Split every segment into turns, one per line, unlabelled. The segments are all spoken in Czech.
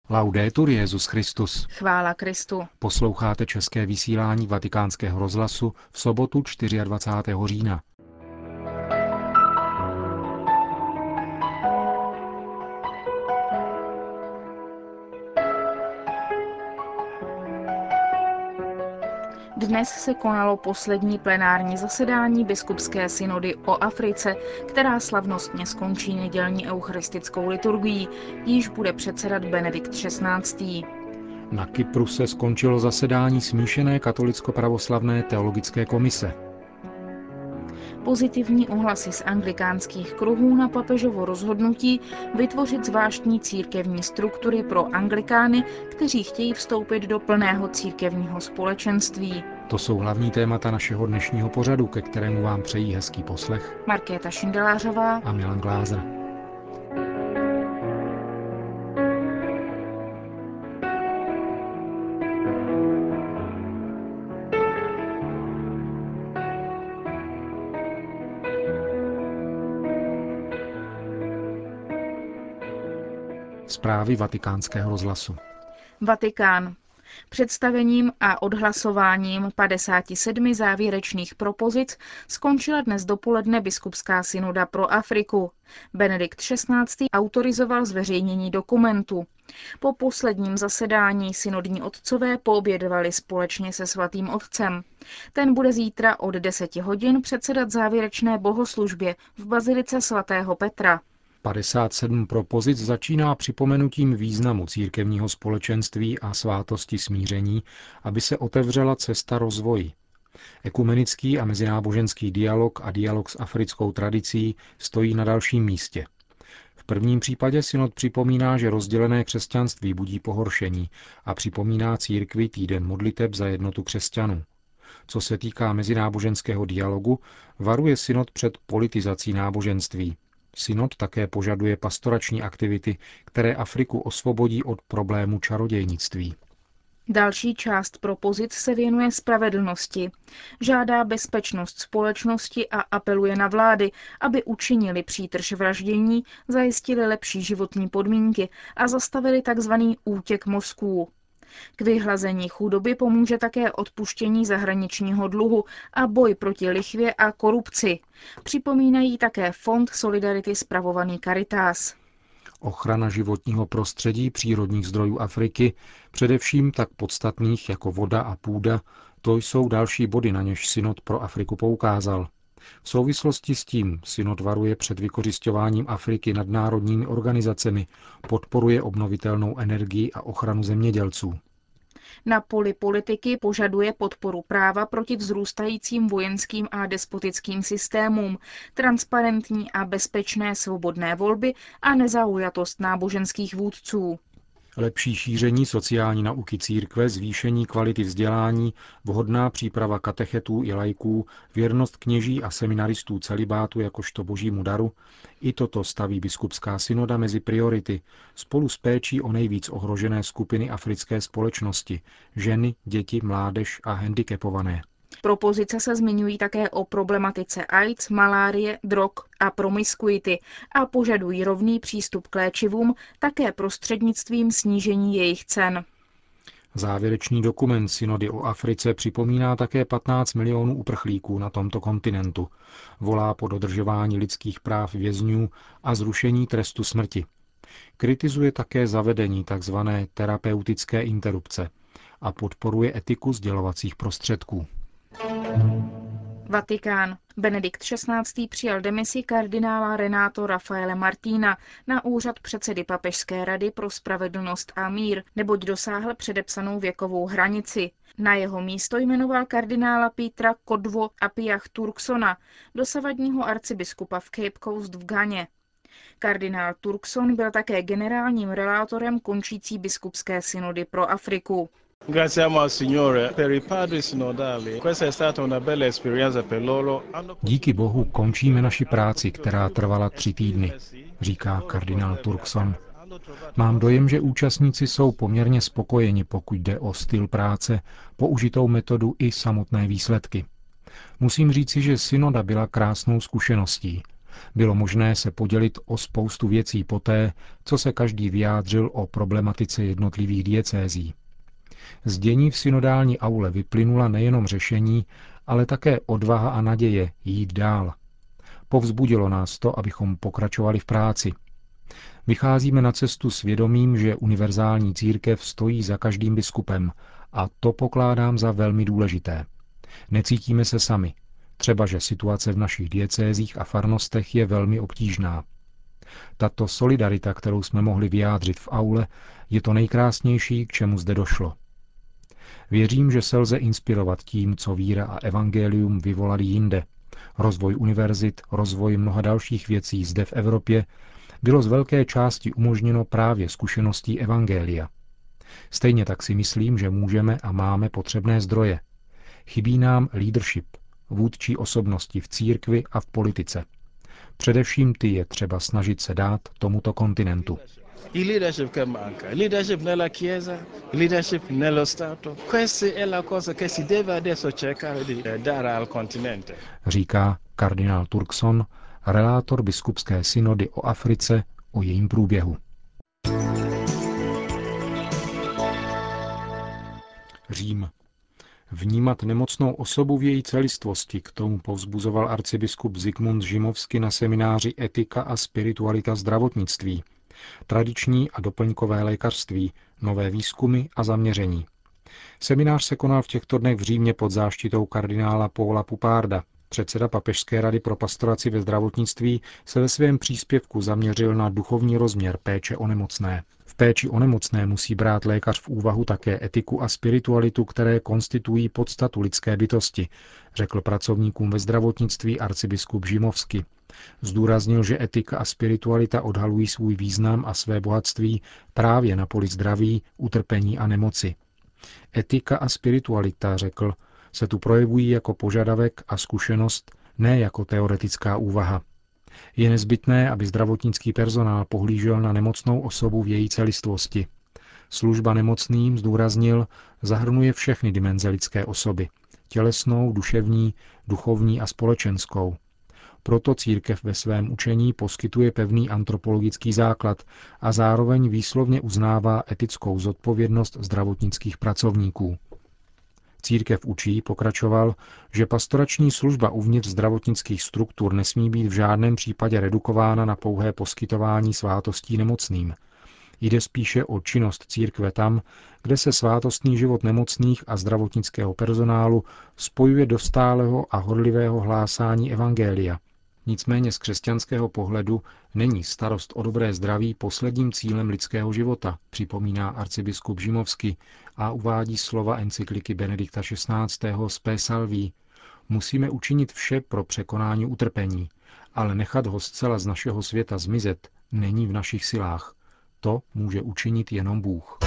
Laudetur Jesus Christus.
Chvála Kristu.
Posloucháte české vysílání Vatikánského rozhlasu v sobotu 24. října.
Dnes se konalo poslední plenární zasedání biskupské synody o Africe, která slavnostně skončí nedělní eucharistickou liturgií, jíž bude předsedat Benedikt XVI.
Na Kypru se skončilo zasedání smíšené katolicko-pravoslavné teologické komise.
Pozitivní ohlasy z anglikánských kruhů na papežovo rozhodnutí vytvořit zvláštní církevní struktury pro anglikány, kteří chtějí vstoupit do plného církevního společenství.
To jsou hlavní témata našeho dnešního pořadu, ke kterému vám přejí hezký poslech
Markéta Šindelářová
a Milan Glázer. Zprávy Vatikánského rozhlasu.
Vatikán. Představením a odhlasováním 57 závěrečných propozic skončila dnes dopoledne biskupská synoda pro Afriku. Benedikt XVI. Autorizoval zveřejnění dokumentu. Po posledním zasedání synodní otcové poobědvali společně se svatým otcem. Ten bude zítra od 10 hodin předsedat závěrečné bohoslužbě v bazilice svatého Petra.
57 propozic začíná připomenutím významu církevního společenství a svátosti smíření, aby se otevřela cesta rozvoji. Ekumenický a mezináboženský dialog a dialog s africkou tradicí stojí na dalším místě. V prvním případě synod připomíná, že rozdělené křesťanství budí pohoršení a připomíná církvi týden modliteb za jednotu křesťanů. Co se týká mezináboženského dialogu, varuje synod před politizací náboženství. Synod také požaduje pastorační aktivity, které Afriku osvobodí od problému čarodějnictví.
Další část propozic se věnuje spravedlnosti. Žádá bezpečnost společnosti a apeluje na vlády, aby učinili přítrž vraždění, zajistili lepší životní podmínky a zastavili tzv. Útěk mozků. K vyhlazení chudoby pomůže také odpuštění zahraničního dluhu a boj proti lichvě a korupci. Připomínají také Fond Solidarity spravovaný Caritas.
Ochrana životního prostředí, přírodních zdrojů Afriky, především tak podstatných jako voda a půda, to jsou další body, na něž synod pro Afriku poukázal. V souvislosti s tím synod varuje před vykořisťováním Afriky nadnárodními organizacemi, podporuje obnovitelnou energii a ochranu zemědělců.
Na poli politiky požaduje podporu práva proti vzrůstajícím vojenským a despotickým systémům, transparentní a bezpečné svobodné volby a nezaujatost náboženských vůdců.
Lepší šíření sociální nauky církve, zvýšení kvality vzdělání, vhodná příprava katechetů i laiků, věrnost kněží a seminaristů celibátu jakožto božímu daru, i toto staví biskupská synoda mezi priority, spolu s péčí o nejvíc ohrožené skupiny africké společnosti, ženy, děti, mládež a handicapované.
Propozice se zmiňují také o problematice AIDS, malárie, drog a promiskuity a požadují rovný přístup k léčivům také prostřednictvím snížení jejich cen.
Závěrečný dokument synody o Africe připomíná také 15 milionů uprchlíků na tomto kontinentu. Volá po dodržování lidských práv vězňů a zrušení trestu smrti. Kritizuje také zavedení tzv. Terapeutické interrupce a podporuje etiku sdělovacích prostředků.
Vatikán. Benedikt XVI. Přijal demisi kardinála Renato Raffaele Martina na úřad předsedy Papežské rady pro spravedlnost a mír, neboť dosáhl předepsanou věkovou hranici. Na jeho místo jmenoval kardinála Petra Kodwo Apiach Turksona, dosavadního arcibiskupa v Cape Coast v Ghaně. Kardinál Turkson byl také generálním relátorem končící biskupské synody pro Afriku.
Díky Bohu končíme naši práci, která trvala 3 týdny, říká kardinál Turkson. Mám dojem, že účastníci jsou poměrně spokojeni, pokud jde o styl práce, použitou metodu i samotné výsledky. Musím říci, že synoda byla krásnou zkušeností. Bylo možné se podělit o spoustu věcí poté, co se každý vyjádřil o problematice jednotlivých diecézí. Z dění v synodální aule vyplynula nejenom řešení, ale také odvaha a naděje jít dál. Povzbudilo nás to, abychom pokračovali v práci. Vycházíme na cestu svědomím, že univerzální církev stojí za každým biskupem a to pokládám za velmi důležité. Necítíme se sami, třeba že situace v našich diecézích a farnostech je velmi obtížná. Tato solidarita, kterou jsme mohli vyjádřit v aule, je to nejkrásnější, k čemu zde došlo. Věřím, že se lze inspirovat tím, co víra a evangelium vyvolali jinde. Rozvoj univerzit, rozvoj mnoha dalších věcí zde v Evropě bylo z velké části umožněno právě zkušeností evangelia. Stejně tak si myslím, že můžeme a máme potřebné zdroje. Chybí nám leadership, vůdčí osobnosti v církvi a v politice. Především ty je třeba snažit se dát tomuto kontinentu. Říká kardinál Turkson, relátor biskupské synody o Africe, o jejím průběhu. Řím. Vnímat nemocnou osobu v její celistvosti, k tomu povzbuzoval arcibiskup Zygmunt Žimovsky na semináři Etika a spiritualita zdravotnictví, tradiční a doplňkové lékařství, nové výzkumy a zaměření. Seminář se konal v těchto dnech v Římě pod záštitou kardinála Paula Pupárda. Předseda Papežské rady pro pastoraci ve zdravotnictví se ve svém příspěvku zaměřil na duchovní rozměr péče o nemocné. V péči o nemocné musí brát lékař v úvahu také etiku a spiritualitu, které konstituují podstatu lidské bytosti, řekl pracovníkům ve zdravotnictví arcibiskup Žimovsky. Zdůraznil, že etika a spiritualita odhalují svůj význam a své bohatství právě na poli zdraví, utrpení a nemoci. Etika a spiritualita, řekl, se tu projevují jako požadavek a zkušenost, ne jako teoretická úvaha. Je nezbytné, aby zdravotnický personál pohlížel na nemocnou osobu v její celistvosti. Služba nemocným, zdůraznil, zahrnuje všechny dimenze lidské osoby. Tělesnou, duševní, duchovní a společenskou. Proto církev ve svém učení poskytuje pevný antropologický základ a zároveň výslovně uznává etickou zodpovědnost zdravotnických pracovníků. Církev učí, pokračoval, že pastorační služba uvnitř zdravotnických struktur nesmí být v žádném případě redukována na pouhé poskytování svátostí nemocným. Jde spíše o činnost církve tam, kde se svátostný život nemocných a zdravotnického personálu spojuje do stálého a horlivého hlásání evangelia. Nicméně z křesťanského pohledu není starost o dobré zdraví posledním cílem lidského života, připomíná arcibiskup Žimovsky a uvádí slova encykliky Benedikta XVI. Spe Salvi. Musíme učinit vše pro překonání utrpení, ale nechat ho zcela z našeho světa zmizet není v našich silách. To může učinit jenom Bůh.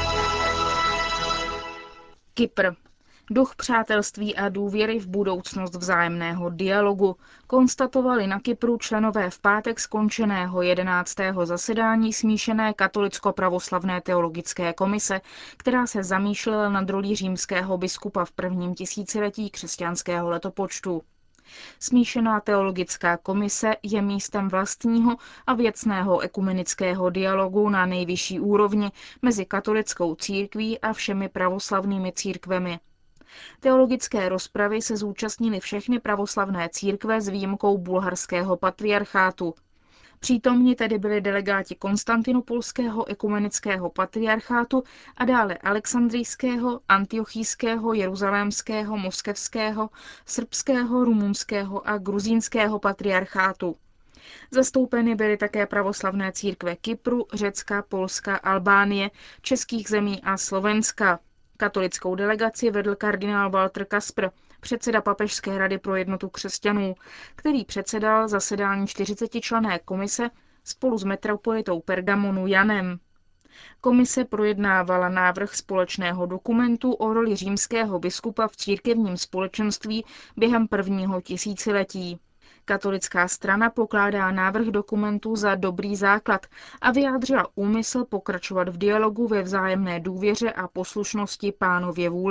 Kypr. Duch přátelství a důvěry v budoucnost vzájemného dialogu konstatovali na Kypru členové v pátek skončeného 11. zasedání smíšené katolicko-pravoslavné teologické komise, která se zamýšlela nad rolí římského biskupa v prvním tisíciletí křesťanského letopočtu. Smíšená teologická komise je místem vlastního a věcného ekumenického dialogu na nejvyšší úrovni mezi katolickou církví a všemi pravoslavnými církvemi. Teologické rozpravy se zúčastnily všechny pravoslavné církve s výjimkou bulharského patriarchátu. Přítomni tedy byli delegáti Konstantinopolského ekumenického patriarchátu a dále Alexandrijského, Antiochijského, Jeruzalémského, Moskevského, Srbského, Rumunského a Gruzínského patriarchátu. Zastoupeny byly také pravoslavné církve Kypru, Řecka, Polska, Albánie, českých zemí a Slovenska. Katolickou delegaci vedl kardinál Walter Kaspr, předseda Papežské rady pro jednotu křesťanů, který předsedal zasedání 40členné komise spolu s metropolitou Pergamonu Janem. Komise projednávala návrh společného dokumentu o roli římského biskupa v církevním společenství během prvního tisíciletí. Katolická strana pokládá návrh dokumentu za dobrý základ a vyjádřila úmysl pokračovat v dialogu ve vzájemné důvěře a poslušnosti Pánově vůli.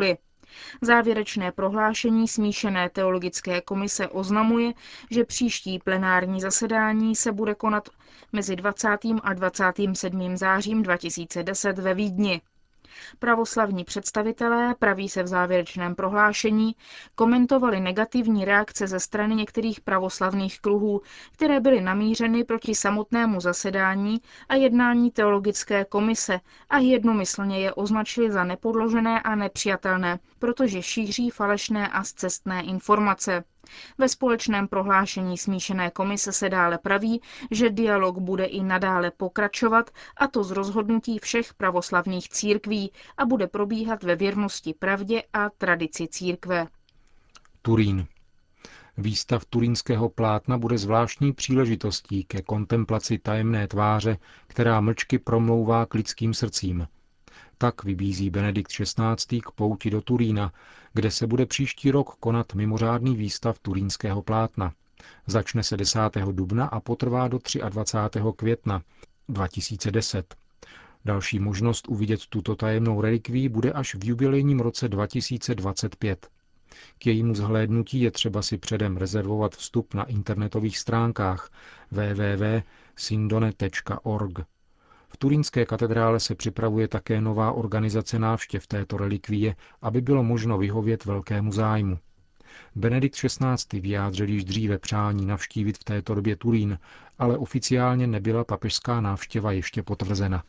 Závěrečné prohlášení smíšené teologické komise oznamuje, že příští plenární zasedání se bude konat mezi 20. a 27. zářím 2010 ve Vídni. Pravoslavní představitelé, praví se v závěrečném prohlášení, komentovali negativní reakce ze strany některých pravoslavných kruhů, které byly namířeny proti samotnému zasedání a jednání teologické komise a jednomyslně je označili za nepodložené a nepřijatelné, protože šíří falešné a scestné informace. Ve společném prohlášení smíšené komise se dále praví, že dialog bude i nadále pokračovat, a to z rozhodnutí všech pravoslavných církví, a bude probíhat ve věrnosti pravdě a tradici církve.
Turín. Výstav turínského plátna bude zvláštní příležitostí ke kontemplaci tajemné tváře, která mlčky promlouvá k lidským srdcím. Tak vybízí Benedikt XVI. K pouti do Turína, kde se bude příští rok konat mimořádný výstav turínského plátna. Začne se 10. dubna a potrvá do 23. května 2010. Další možnost uvidět tuto tajemnou relikvii bude až v jubilejním roce 2025. K jejímu zhlédnutí je třeba si předem rezervovat vstup na internetových stránkách www.sindone.org. V turínské katedrále se připravuje také nová organizace návštěv této relikvie, aby bylo možno vyhovět velkému zájmu. Benedikt XVI. Vyjádřil již dříve přání navštívit v této době Turín, ale oficiálně nebyla papežská návštěva ještě potvrzena.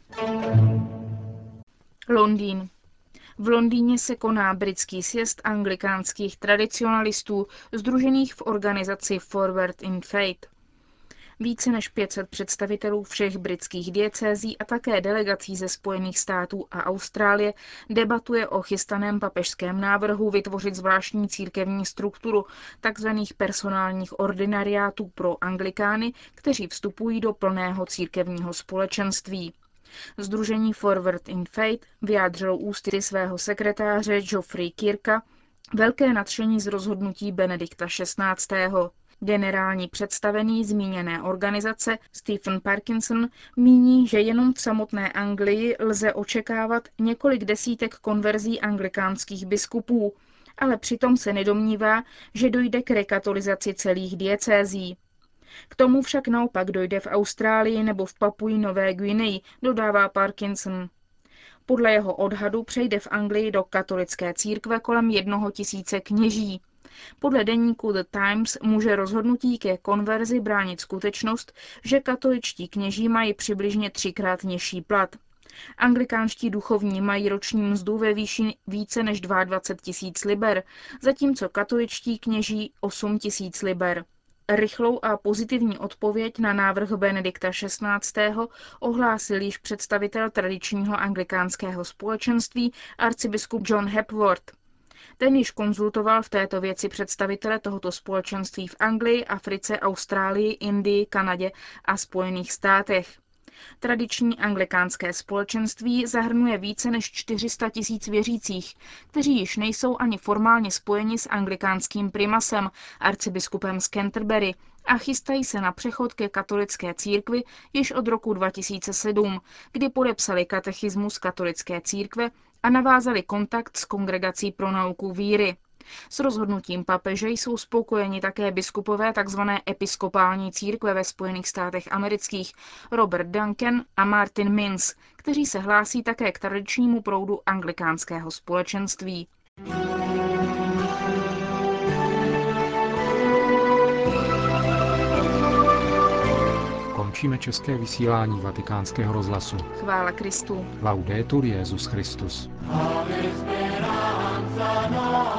Londýn. V Londýně se koná britský sjezd anglikánských tradicionalistů sdružených v organizaci Forward in Faith. Více než 500 představitelů všech britských diecézí a také delegací ze Spojených států a Austrálie debatuje o chystaném papežském návrhu vytvořit zvláštní církevní strukturu tzv. Personálních ordinariátů pro anglikány, kteří vstupují do plného církevního společenství. Sdružení Forward in Faith vyjádřilo ústy svého sekretáře Geoffrey Kirka velké nadšení z rozhodnutí Benedikta XVI. Generální představený zmíněné organizace Stephen Parkinson míní, že jenom v samotné Anglii lze očekávat několik desítek konverzí anglikánských biskupů, ale přitom se nedomnívá, že dojde k rekatolizaci celých diecézí. K tomu však naopak dojde v Austrálii nebo v Papui Nové Guineji, dodává Parkinson. Podle jeho odhadu přejde v Anglii do katolické církve kolem 1 000 kněží. Podle deníku The Times může rozhodnutí ke konverzi bránit skutečnost, že katoličtí kněží mají přibližně 3krát nižší plat. Anglikánští duchovní mají roční mzdu ve výši více než 22 000 liber, zatímco katoličtí kněží 8 000 liber. Rychlou a pozitivní odpověď na návrh Benedikta XVI. Ohlásil již představitel tradičního anglikánského společenství arcibiskup John Hepworth. Ten již konzultoval v této věci představitele tohoto společenství v Anglii, Africe, Austrálii, Indii, Kanadě a Spojených státech. Tradiční anglikánské společenství zahrnuje více než 400 000 věřících, kteří již nejsou ani formálně spojeni s anglikánským primasem, arcibiskupem z Canterbury, a chystají se na přechod ke katolické církvi již od roku 2007, kdy podepsali katechismus katolické církve a navázali kontakt s Kongregací pro nauku víry. S rozhodnutím papeže jsou spokojeni také biskupové tzv. Episkopální církve ve Spojených státech amerických Robert Duncan a Martin Mintz, kteří se hlásí také k tradičnímu proudu anglikánského společenství.
Končíme české vysílání Vatikánského rozhlasu.
Chvála Kristu.
Laudetur Jesus Christus.
Ave speranza